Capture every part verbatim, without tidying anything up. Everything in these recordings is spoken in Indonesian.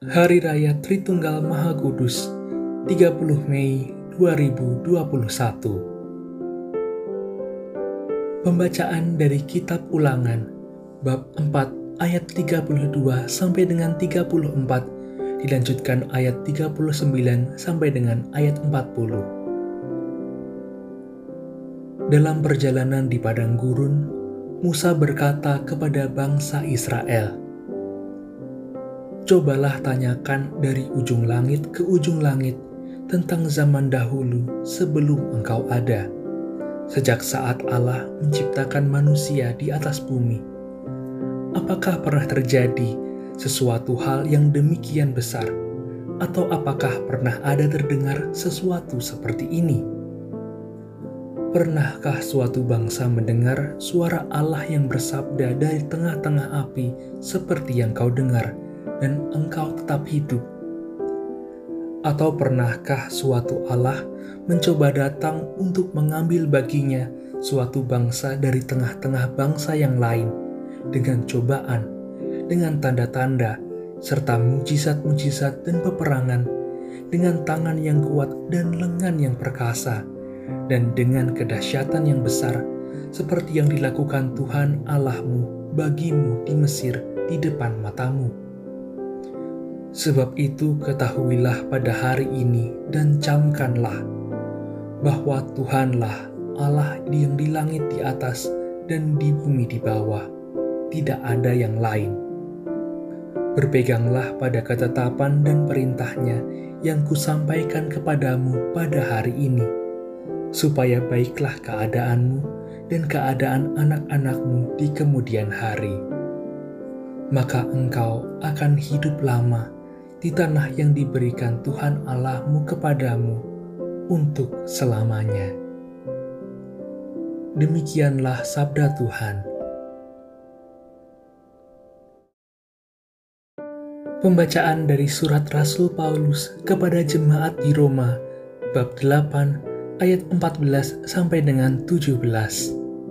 Hari Raya Tritunggal Maha Kudus, tiga puluh Mei dua ribu dua puluh satu. Pembacaan dari Kitab Ulangan, bab empat ayat tiga puluh dua sampai dengan tiga puluh empat, dilanjutkan ayat tiga puluh sembilan sampai dengan ayat empat puluh. Dalam perjalanan di padang gurun, Musa berkata kepada bangsa Israel, "Cobalah tanyakan dari ujung langit ke ujung langit tentang zaman dahulu sebelum engkau ada, sejak saat Allah menciptakan manusia di atas bumi. Apakah pernah terjadi sesuatu hal yang demikian besar, atau apakah pernah ada terdengar sesuatu seperti ini? Pernahkah suatu bangsa mendengar suara Allah yang bersabda dari tengah-tengah api seperti yang kau dengar, dan engkau tetap hidup? Atau pernahkah suatu Allah mencoba datang untuk mengambil baginya suatu bangsa dari tengah-tengah bangsa yang lain dengan cobaan, dengan tanda-tanda, serta mujizat-mujizat dan peperangan, dengan tangan yang kuat dan lengan yang perkasa, dan dengan kedahsyatan yang besar, seperti yang dilakukan Tuhan Allahmu bagimu di Mesir di depan matamu? Sebab itu ketahuilah pada hari ini dan camkanlah bahwa Tuhanlah Allah yang di langit di atas dan di bumi di bawah, tidak ada yang lain. Berpeganglah pada ketetapan dan perintahnya yang kusampaikan kepadamu pada hari ini, supaya baiklah keadaanmu dan keadaan anak-anakmu di kemudian hari. Maka engkau akan hidup lama di tanah yang diberikan Tuhan Allahmu kepadamu untuk selamanya." Demikianlah sabda Tuhan. Pembacaan dari surat Rasul Paulus kepada jemaat di Roma, bab delapan ayat empat belas sampai dengan tujuh belas.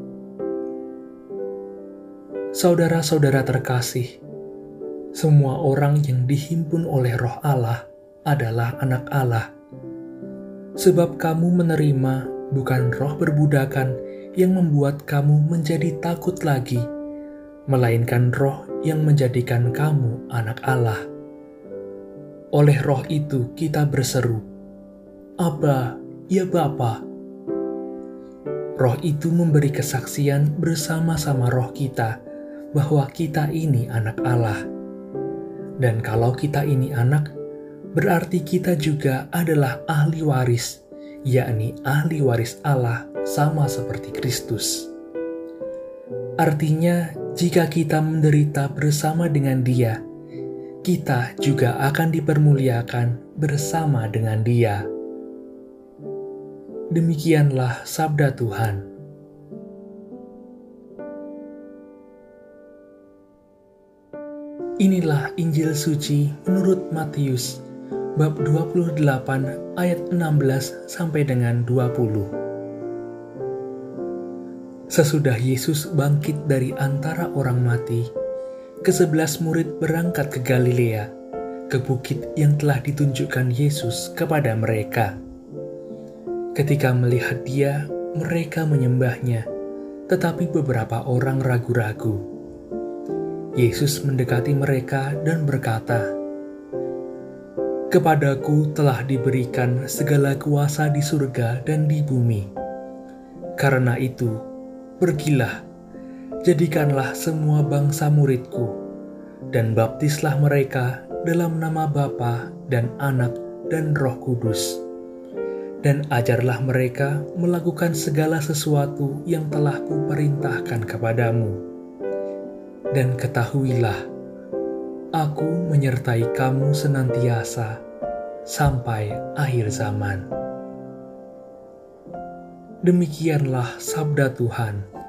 Saudara-saudara terkasih, semua orang yang dihimpun oleh Roh Allah adalah anak Allah. Sebab kamu menerima bukan roh perbudakan yang membuat kamu menjadi takut lagi, melainkan roh yang menjadikan kamu anak Allah. Oleh roh itu kita berseru, "Aba, ya Bapa." Roh itu memberi kesaksian bersama-sama roh kita bahwa kita ini anak Allah. Dan kalau kita ini anak, berarti kita juga adalah ahli waris, yakni ahli waris Allah sama seperti Kristus. Artinya, jika kita menderita bersama dengan Dia, kita juga akan dipermuliakan bersama dengan Dia. Demikianlah sabda Tuhan. Inilah Injil suci menurut Matius, bab dua puluh delapan ayat enam belas sampai dengan dua puluh. Sesudah Yesus bangkit dari antara orang mati, kesebelas murid berangkat ke Galilea, ke bukit yang telah ditunjukkan Yesus kepada mereka. Ketika melihat Dia, mereka menyembahnya, tetapi beberapa orang ragu-ragu. Yesus mendekati mereka dan berkata, "Kepadaku telah diberikan segala kuasa di surga dan di bumi. Karena itu, pergilah, jadikanlah semua bangsa muridku, dan baptislah mereka dalam nama Bapa dan Anak dan Roh Kudus. Dan ajarlah mereka melakukan segala sesuatu yang telah kuperintahkan kepadamu. Dan ketahuilah, Aku menyertai kamu senantiasa sampai akhir zaman." Demikianlah sabda Tuhan.